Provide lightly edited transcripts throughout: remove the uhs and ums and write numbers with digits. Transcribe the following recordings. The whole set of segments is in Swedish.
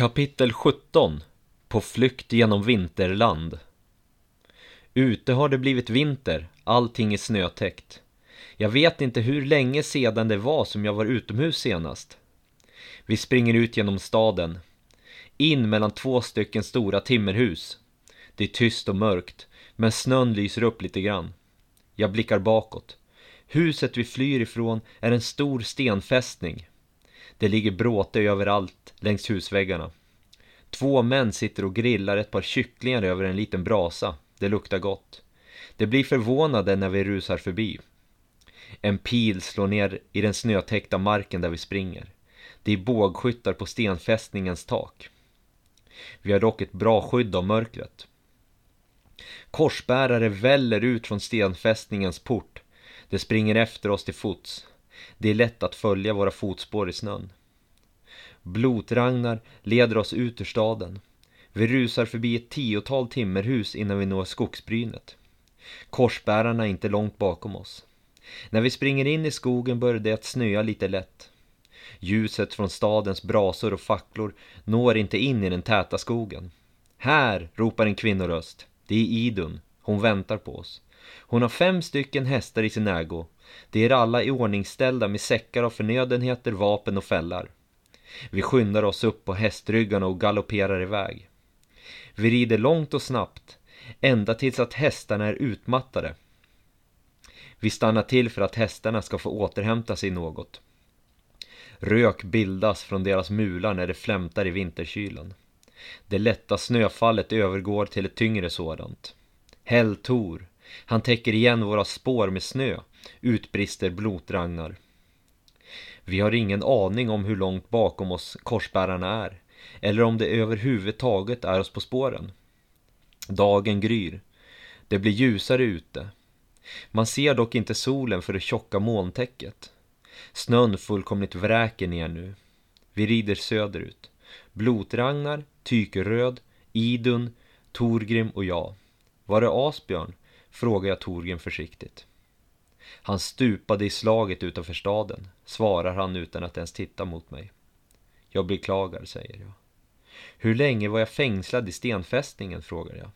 Kapitel 17. På flykt genom vinterland. Ute har det blivit vinter, allting är snötäckt. Jag vet inte hur länge sedan det var som jag var utomhus senast. Vi springer ut genom staden. In mellan 2 stycken stora timmerhus. Det är tyst och mörkt, men snön lyser upp lite grann. Jag blickar bakåt. Huset vi flyr ifrån är en stor stenfästning. Det ligger bråte överallt längs husväggarna. 2 män sitter och grillar ett par kycklingar över en liten brasa. Det luktar gott. Det blir förvånade när vi rusar förbi. En pil slår ner i den snötäckta marken där vi springer. Det är bågskyttar på stenfästningens tak. Vi har dock ett bra skydd av mörkret. Korsbärare väller ut från stenfästningens port. Det springer efter oss till fots. Det är lätt att följa våra fotspår i snön. Blotragnar leder oss ut ur staden. Vi rusar förbi ett 10-tal timmerhus innan vi når skogsbrynet. Korsbärarna är inte långt bakom oss. När vi springer in i skogen börjar det att snöa lite lätt. Ljuset från stadens brasor och facklor når inte in i den täta skogen. Här, ropar en kvinnoröst. Det är Idun. Hon väntar på oss. Hon har 5 stycken hästar i sin ägo. De är alla i ordningställda med säckar av förnödenheter, vapen och fällar. Vi skyndar oss upp på hästryggarna och galopperar iväg. Vi rider långt och snabbt, ända tills att hästarna är utmattade. Vi stannar till för att hästarna ska få återhämta sig något. Rök bildas från deras mular när det flämtar i vinterkylan. Det lätta snöfallet övergår till ett tyngre sådant. Häll Tor, han täcker igen våra spår med snö, utbrister Blotragnar. Vi har ingen aning om hur långt bakom oss korsbärarna är, eller om det överhuvudtaget är oss på spåren. Dagen gryr. Det blir ljusare ute. Man ser dock inte solen för det tjocka molntäcket. Snön fullkomligt vräker ner nu. Vi rider söderut. Blotragnar, Tykeröd, Idun, Torgrim och jag. Var det Asbjörn? Frågar jag Torgrim försiktigt. Han stupade i slaget utanför staden, svarar han utan att ens titta mot mig. Jag beklagar, säger jag. Hur länge var jag fängslad i stenfästningen, frågar jag.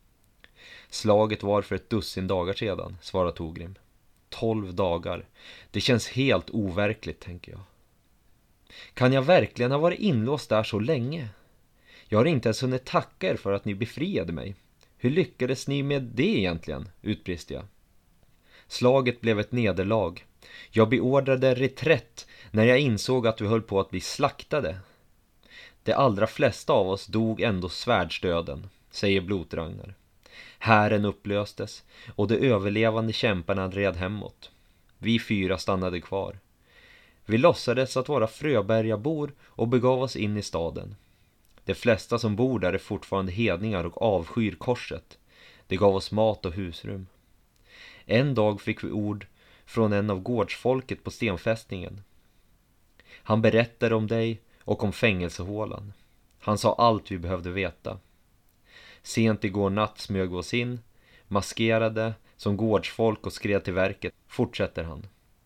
Slaget var för 12 dagar sedan, svarar Torgrim. 12 dagar. Det känns helt overkligt, tänker jag. Kan jag verkligen ha varit inlåst där så länge? Jag har inte ens hunnit tacka er för att ni befriade mig. Hur lyckades ni med det egentligen? Utbrister jag. Slaget blev ett nederlag. Jag beordrade reträtt när jag insåg att vi höll på att bli slaktade. De allra flesta av oss dog ändå svärdsdöden, säger Blotragnar. Hären upplöstes och de överlevande kämparna red hemåt. Vi 4 stannade kvar. Vi låtsades att vara Fröbergabor och begav oss in i staden. De flesta som bor där är fortfarande hedningar och avskyr korset. Det gav oss mat och husrum. En dag fick vi ord från en av gårdsfolket på stenfästningen. Han berättade om dig och om fängelsehålan. Han sa allt vi behövde veta. Sent igår natt smög vi oss in, maskerade som gårdsfolk och skred till verket, fortsätter han.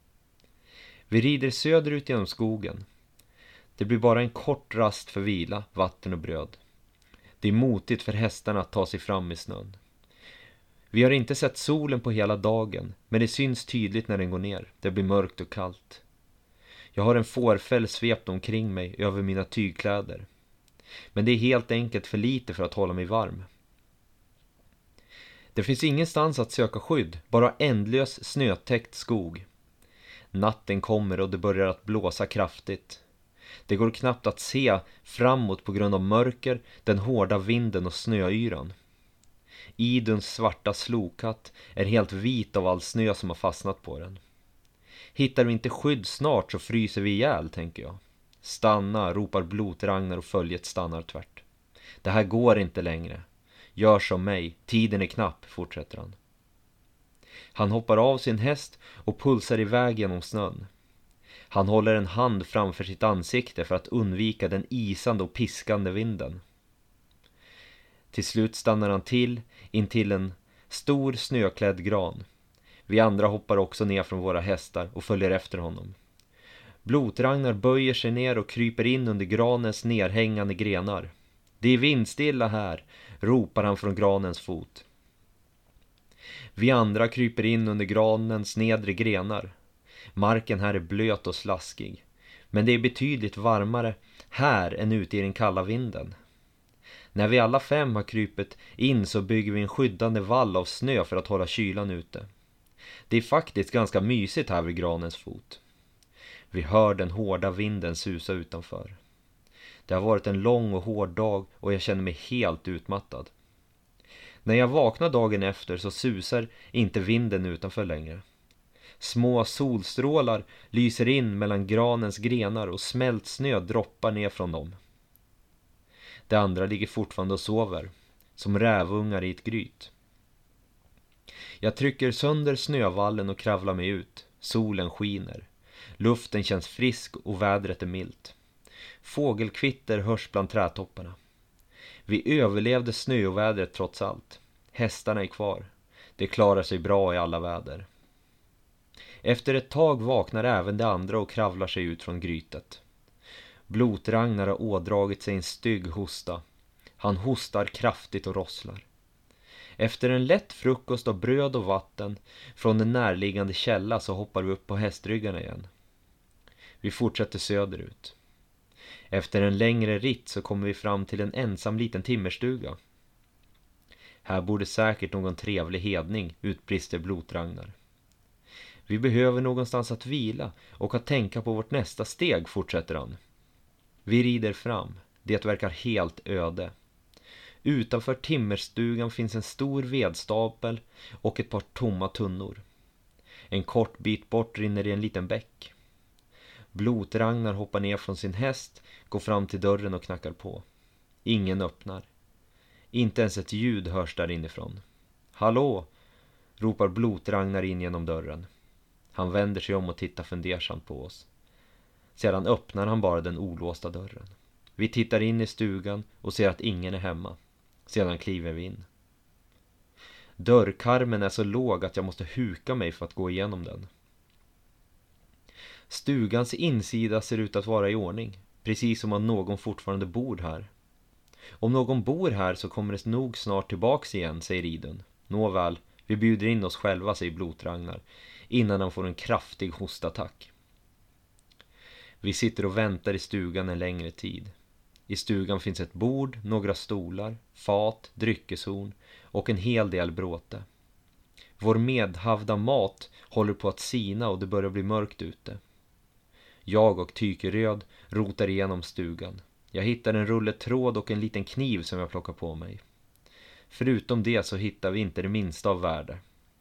Vi rider söderut genom skogen. Det blir bara en kort rast för vila, vatten och bröd. Det är motigt för hästarna att ta sig fram i snön. Vi har inte sett solen på hela dagen, men det syns tydligt när den går ner. Det blir mörkt och kallt. Jag har en fårfäll svept omkring mig över mina tygkläder. Men det är helt enkelt för lite för att hålla mig varm. Det finns ingenstans att söka skydd, bara ändlös snötäckt skog. Natten kommer och det börjar att blåsa kraftigt. Det går knappt att se framåt på grund av mörker, den hårda vinden och snöyran. Iduns svarta slokatt är helt vit av all snö som har fastnat på den. Hittar vi inte skydd snart så fryser vi ihjäl, tänker jag. Stanna, ropar Blotragnar och följet stannar tvärt. Det här går inte längre. Gör som mig, tiden är knapp, fortsätter han. Han hoppar av sin häst och pulsar iväg genom snön. Han håller en hand framför sitt ansikte för att undvika den isande och piskande vinden. Till slut stannar han till intill en stor snöklädd gran. Vi andra hoppar också ner från våra hästar och följer efter honom. Blotragnar böjer sig ner och kryper in under granens nerhängande grenar. Det är vindstilla här, ropar han från granens fot. Vi andra kryper in under granens nedre grenar. Marken här är blöt och slaskig. Men det är betydligt varmare här än ute i den kalla vinden. När vi alla 5 har krypit in så bygger vi en skyddande vall av snö för att hålla kylan ute. Det är faktiskt ganska mysigt här vid granens fot. Vi hör den hårda vinden susa utanför. Det har varit en lång och hård dag och jag känner mig helt utmattad. När jag vaknar dagen efter så susar inte vinden utanför längre. Små solstrålar lyser in mellan granens grenar och smält snö droppar ner från dem. De andra ligger fortfarande och sover, som rävungar i ett gryt. Jag trycker sönder snövallen och kravlar mig ut. Solen skiner. Luften känns frisk och vädret är milt. Fågelkvitter hörs bland trädtopparna. Vi överlevde snöovädret trots allt. Hästarna är kvar. Det klarar sig bra i alla väder. Efter ett tag vaknar även de andra och kravlar sig ut från grytet. Blotragnar har ådragit sig en stygg hosta. Han hostar kraftigt och rosslar. Efter en lätt frukost av bröd och vatten från en närliggande källa så hoppar vi upp på hästryggarna igen. Vi fortsätter söderut. Efter en längre ritt så kommer vi fram till en ensam liten timmerstuga. Här borde säkert någon trevlig hedning, utbrister Blotragnar. Vi behöver någonstans att vila och att tänka på vårt nästa steg, fortsätter han. Vi rider fram. Det verkar helt öde. Utanför timmerstugan finns en stor vedstapel och ett par tomma tunnor. En kort bit bort rinner det en liten bäck. Blotragnar hoppar ner från sin häst, går fram till dörren och knackar på. Ingen öppnar. Inte ens ett ljud hörs där inifrån. Hallå, ropar Blotragnar in genom dörren. Han vänder sig om och tittar fundersamt på oss. Sedan öppnar han bara den olåsta dörren. Vi tittar in i stugan och ser att ingen är hemma. Sedan kliver vi in. Dörrkarmen är så låg att jag måste huka mig för att gå igenom den. Stugans insida ser ut att vara i ordning, precis som om någon fortfarande bor här. Om någon bor här så kommer det nog snart tillbaks igen, säger Idun. Nåväl, vi bjuder in oss själva, säger Blotragnar, innan han får en kraftig hostattack. Vi sitter och väntar i stugan en längre tid. I stugan finns ett bord, några stolar, fat, dryckeshorn och en hel del bråte. Vår medhavda mat håller på att sina och det börjar bli mörkt ute. Jag och Tykeröd rotar igenom stugan. Jag hittar en rulle tråd och en liten kniv som jag plockar på mig. Förutom det så hittar vi inte det minsta av värde.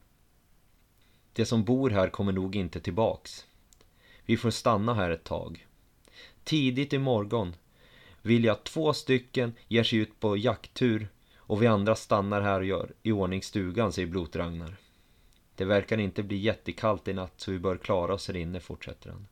Det som bor här kommer nog inte tillbaks. Vi får stanna här ett tag. Tidigt i morgon vill jag att 2 stycken ger sig ut på jakttur och vi andra stannar här och gör i ordning stugan, säger Blotragnar. Det verkar inte bli jättekallt i natt så vi bör klara oss här inne, fortsätter han.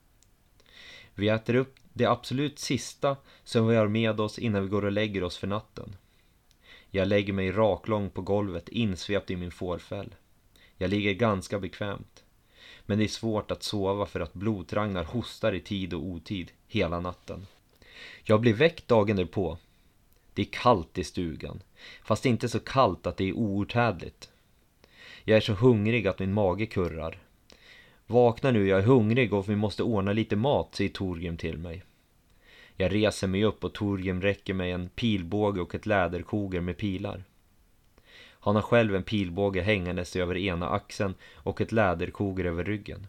Vi äter upp det absolut sista som vi har med oss innan vi går och lägger oss för natten. Jag lägger mig raklång på golvet insvept i min fårfäll. Jag ligger ganska bekvämt. Men det är svårt att sova för att Blotragnar hostar i tid och otid hela natten. Jag blir väckt dagen därpå. Det är kallt i stugan, fast inte så kallt att det är outhärdligt. Jag är så hungrig att min mage kurrar. Vakna nu, jag är hungrig och vi måste ordna lite mat, säger Torgrim till mig. Jag reser mig upp och Torgrim räcker mig en pilbåge och ett läderkoger med pilar. Han har själv en pilbåge hängandes över ena axeln och ett läderkoger över ryggen.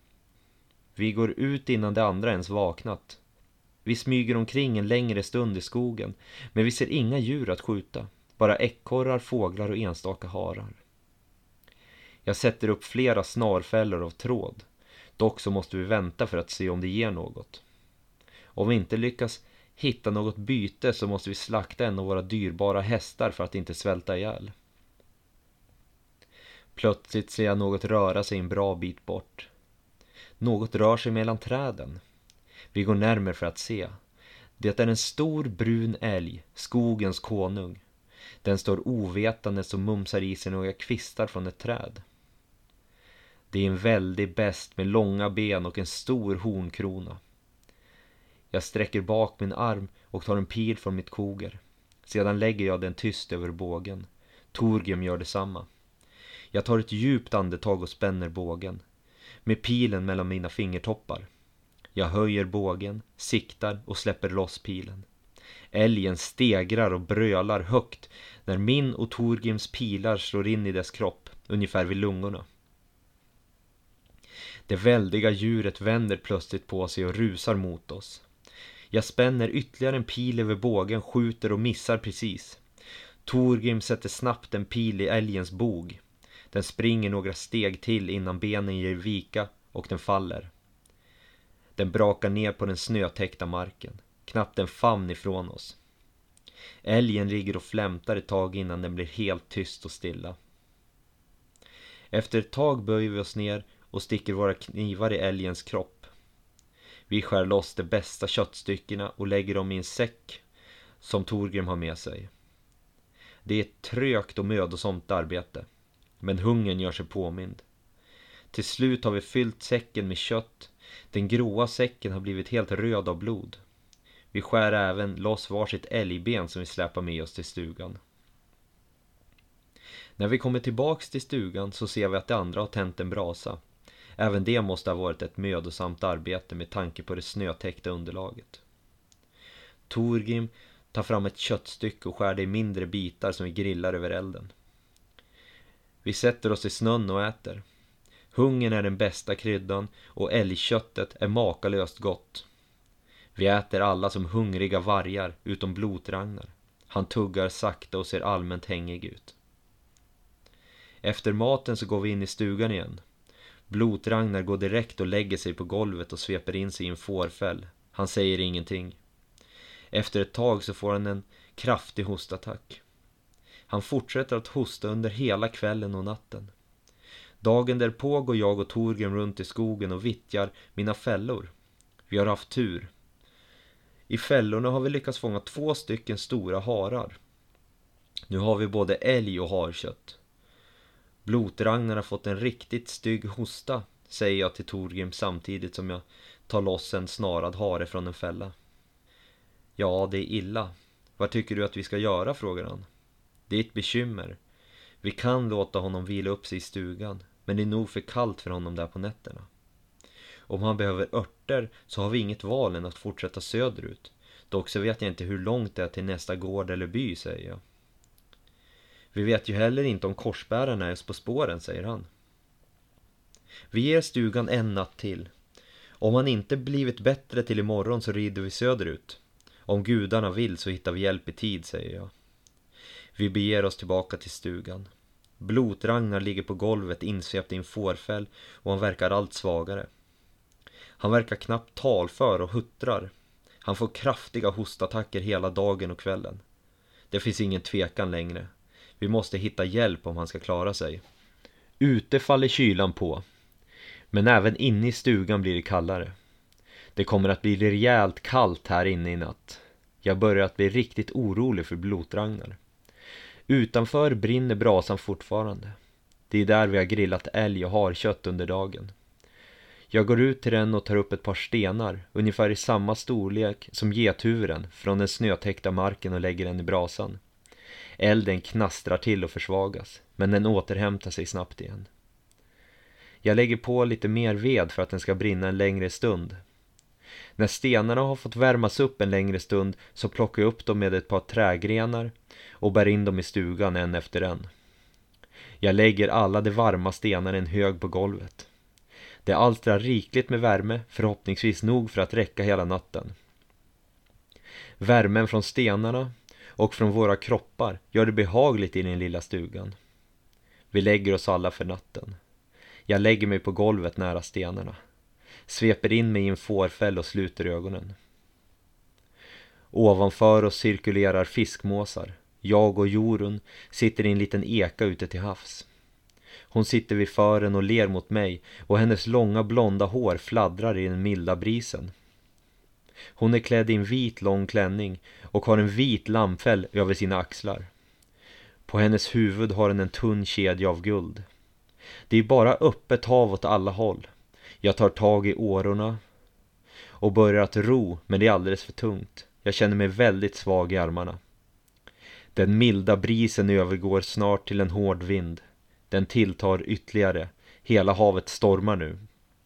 Vi går ut innan de andra ens vaknat. Vi smyger omkring en längre stund i skogen, men vi ser inga djur att skjuta. Bara ekorrar, fåglar och enstaka harar. Jag sätter upp flera snarfällor av tråd. Dock så måste vi vänta för att se om det ger något. Om vi inte lyckas hitta något byte så måste vi slakta en av våra dyrbara hästar för att inte svälta ihjäl. Plötsligt ser jag något röra sig en bra bit bort. Något rör sig mellan träden. Vi går närmare för att se. Det är en stor brun älg, skogens konung. Den står ovetande och mumsar i sig några kvistar från ett träd. Det är en väldig bäst med långa ben och en stor hornkrona. Jag sträcker bak min arm och tar en pil från mitt koger. Sedan lägger jag den tyst över bågen. Torgrim gör detsamma. Jag tar ett djupt andetag och spänner bågen, med pilen mellan mina fingertoppar. Jag höjer bågen, siktar och släpper loss pilen. Älgen stegrar och brölar högt när min och Torgrims pilar slår in i dess kropp, ungefär vid lungorna. Det väldiga djuret vänder plötsligt på sig och rusar mot oss. Jag spänner ytterligare en pil över bågen, skjuter och missar precis. Torgrim sätter snabbt en pil i älgens bog. Den springer några steg till innan benen ger vika och den faller. Den brakar ner på den snötäckta marken, knappt en famn ifrån oss. Älgen ligger och flämtar ett tag innan den blir helt tyst och stilla. Efter ett tag böjer vi oss ner och sticker våra knivar i älgens kropp. Vi skär loss de bästa köttstyckena och lägger dem i en säck som Torgrim har med sig. Det är ett trögt och mödosamt arbete, men hungern gör sig påmind. Till slut har vi fyllt säcken med kött. Den gråa säcken har blivit helt röd av blod. Vi skär även loss varsitt älgben som vi släpar med oss till stugan. När vi kommer tillbaks till stugan så ser vi att de andra har tänt en brasa. Även det måste ha varit ett mödosamt arbete med tanke på det snötäckta underlaget. Torgrim tar fram ett köttstycke och skär det i mindre bitar som vi grillar över elden. Vi sätter oss i snön och äter. Hungern är den bästa kryddan och älgköttet är makalöst gott. Vi äter alla som hungriga vargar utom Blotragnar. Han tuggar sakta och ser allmänt hängig ut. Efter maten så går vi in i stugan igen. Blotragnar går direkt och lägger sig på golvet och sveper in sig i en fårfäll. Han säger ingenting. Efter ett tag så får han en kraftig hostattack. Han fortsätter att hosta under hela kvällen och natten. Dagen därpå går jag och Torgrim runt i skogen och vittjar mina fällor. Vi har haft tur. I fällorna har vi lyckats fånga 2 stycken stora harar. Nu har vi både älg och harkött. Blotragnar har fått en riktigt stygg hosta, säger jag till Torgrim samtidigt som jag tar loss en snarad hare från en fälla. Ja, det är illa. Vad tycker du att vi ska göra, frågar han. Det är ett bekymmer. Vi kan låta honom vila upp sig i stugan, men det är nog för kallt för honom där på nätterna. Om han behöver örter så har vi inget val än att fortsätta söderut. Dock så vet jag inte hur långt det är till nästa gård eller by, säger jag. Vi vet ju heller inte om korsbärarna är på spåren, säger han. Vi ger stugan en natt till. Om han inte blivit bättre till imorgon så rider vi söderut. Om gudarna vill så hittar vi hjälp i tid, säger jag. Vi beger oss tillbaka till stugan. Blotragnar ligger på golvet insvept i en fårfäll och han verkar allt svagare. Han verkar knappt talför och huttrar. Han får kraftiga hostattacker hela dagen och kvällen. Det finns ingen tvekan längre. Vi måste hitta hjälp om han ska klara sig. Ute faller kylan på. Men även inne i stugan blir det kallare. Det kommer att bli rejält kallt här inne i natt. Jag börjar att bli riktigt orolig för Blotragnar. Utanför brinner brasan fortfarande. Det är där vi har grillat älg och harkött under dagen. Jag går ut till den och tar upp ett par stenar, ungefär i samma storlek som gethuvuden, från den snötäckta marken och lägger den i brasan. Elden knastrar till och försvagas, men den återhämtar sig snabbt igen. Jag lägger på lite mer ved för att den ska brinna en längre stund. När stenarna har fått värmas upp en längre stund så plockar jag upp dem med ett par trägrenar och bär in dem i stugan en efter en. Jag lägger alla de varma stenarna i en hög på golvet. Det alstrar rikligt med värme, förhoppningsvis nog för att räcka hela natten. Värmen från stenarna och från våra kroppar gör det behagligt i den lilla stugan. Vi lägger oss alla för natten. Jag lägger mig på golvet nära stenarna. Sveper in mig i en fårfäll och sluter ögonen. Ovanför oss cirkulerar fiskmåsar. Jag och Jorun sitter i en liten eka ute till havs. Hon sitter vid fören och ler mot mig och hennes långa blonda hår fladdrar i den milda brisen. Hon är klädd i en vit lång klänning och har en vit lammfäll över sina axlar. På hennes huvud har hon en tunn kedja av guld. Det är bara öppet hav åt alla håll. Jag tar tag i årorna och börjar att ro, men det är alldeles för tungt. Jag känner mig väldigt svag i armarna. Den milda brisen övergår snart till en hård vind. Den tilltar ytterligare. Hela havet stormar nu.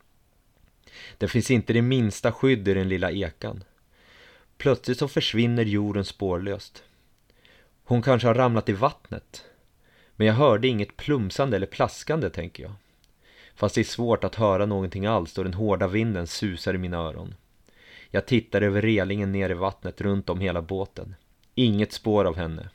Det finns inte det minsta skydd i den lilla ekan. Plötsligt så försvinner jorden spårlöst. Hon kanske har ramlat i vattnet. Men jag hörde inget plumsande eller plaskande, tänker jag. Fast det är svårt att höra någonting alls då den hårda vinden susar i mina öron. Jag tittar över relingen ner i vattnet runt om hela båten. Inget spår av henne.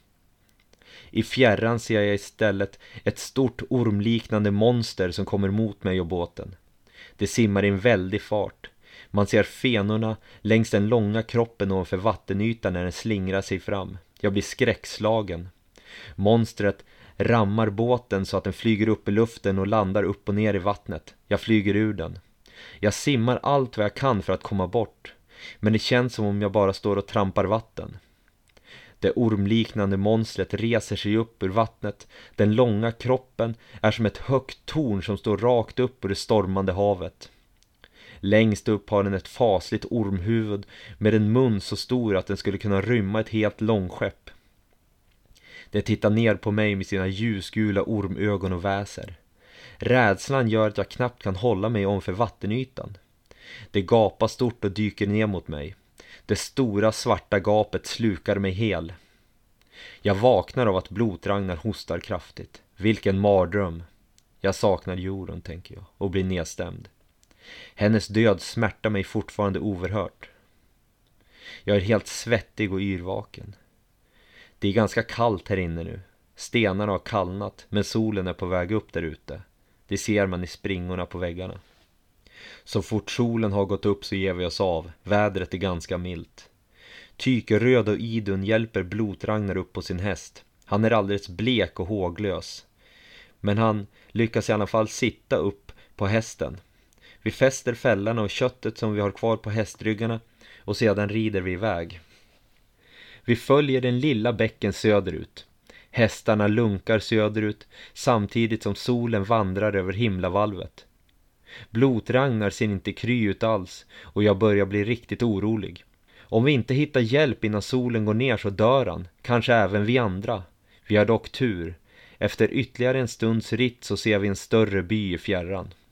I fjärran ser jag istället ett stort ormliknande monster som kommer mot mig och båten. Det simmar i en väldig fart. Man ser fenorna längs den långa kroppen ovanför vattenytan när den slingrar sig fram. Jag blir skräckslagen. Monstret rammar båten så att den flyger upp i luften och landar upp och ner i vattnet. Jag flyger ur den. Jag simmar allt vad jag kan för att komma bort. Men det känns som om jag bara står och trampar vatten. Det ormliknande monstret reser sig upp ur vattnet. Den långa kroppen är som ett högt torn som står rakt upp ur det stormande havet. Längst upp har den ett fasligt ormhuvud med en mun så stor att den skulle kunna rymma ett helt långskepp. Det tittar ner på mig med sina ljusgula ormögon och väser. Rädslan gör att jag knappt kan hålla mig ovanför vattenytan. Det gapar stort och dyker ner mot mig. Det stora svarta gapet slukar mig hel. Jag vaknar av att Blotragnar hostar kraftigt. Vilken mardröm. Jag saknar jorden, tänker jag, och blir nedstämd. Hennes död smärtar mig fortfarande oerhört. Jag är helt svettig och yrvaken. Det är ganska kallt här inne nu. Stenarna har kallnat, men solen är på väg upp där ute. Det ser man i springorna på väggarna. Så fort solen har gått upp så ger vi oss av. Vädret är ganska milt. Tykeröd och Idun hjälper Blotragnar upp på sin häst. Han är alldeles blek och håglös. Men han lyckas i alla fall sitta upp på hästen. Vi fäster fällarna och köttet som vi har kvar på hästryggarna och sedan rider vi iväg. Vi följer den lilla bäcken söderut. Hästarna lunkar söderut samtidigt som solen vandrar över himlavalvet. Blotragnar ser inte kry ut alls och jag börjar bli riktigt orolig. Om vi inte hittar hjälp innan solen går ner så dör han, kanske även vi andra. Vi har dock tur. Efter ytterligare en stunds ritt så ser vi en större by i fjärran.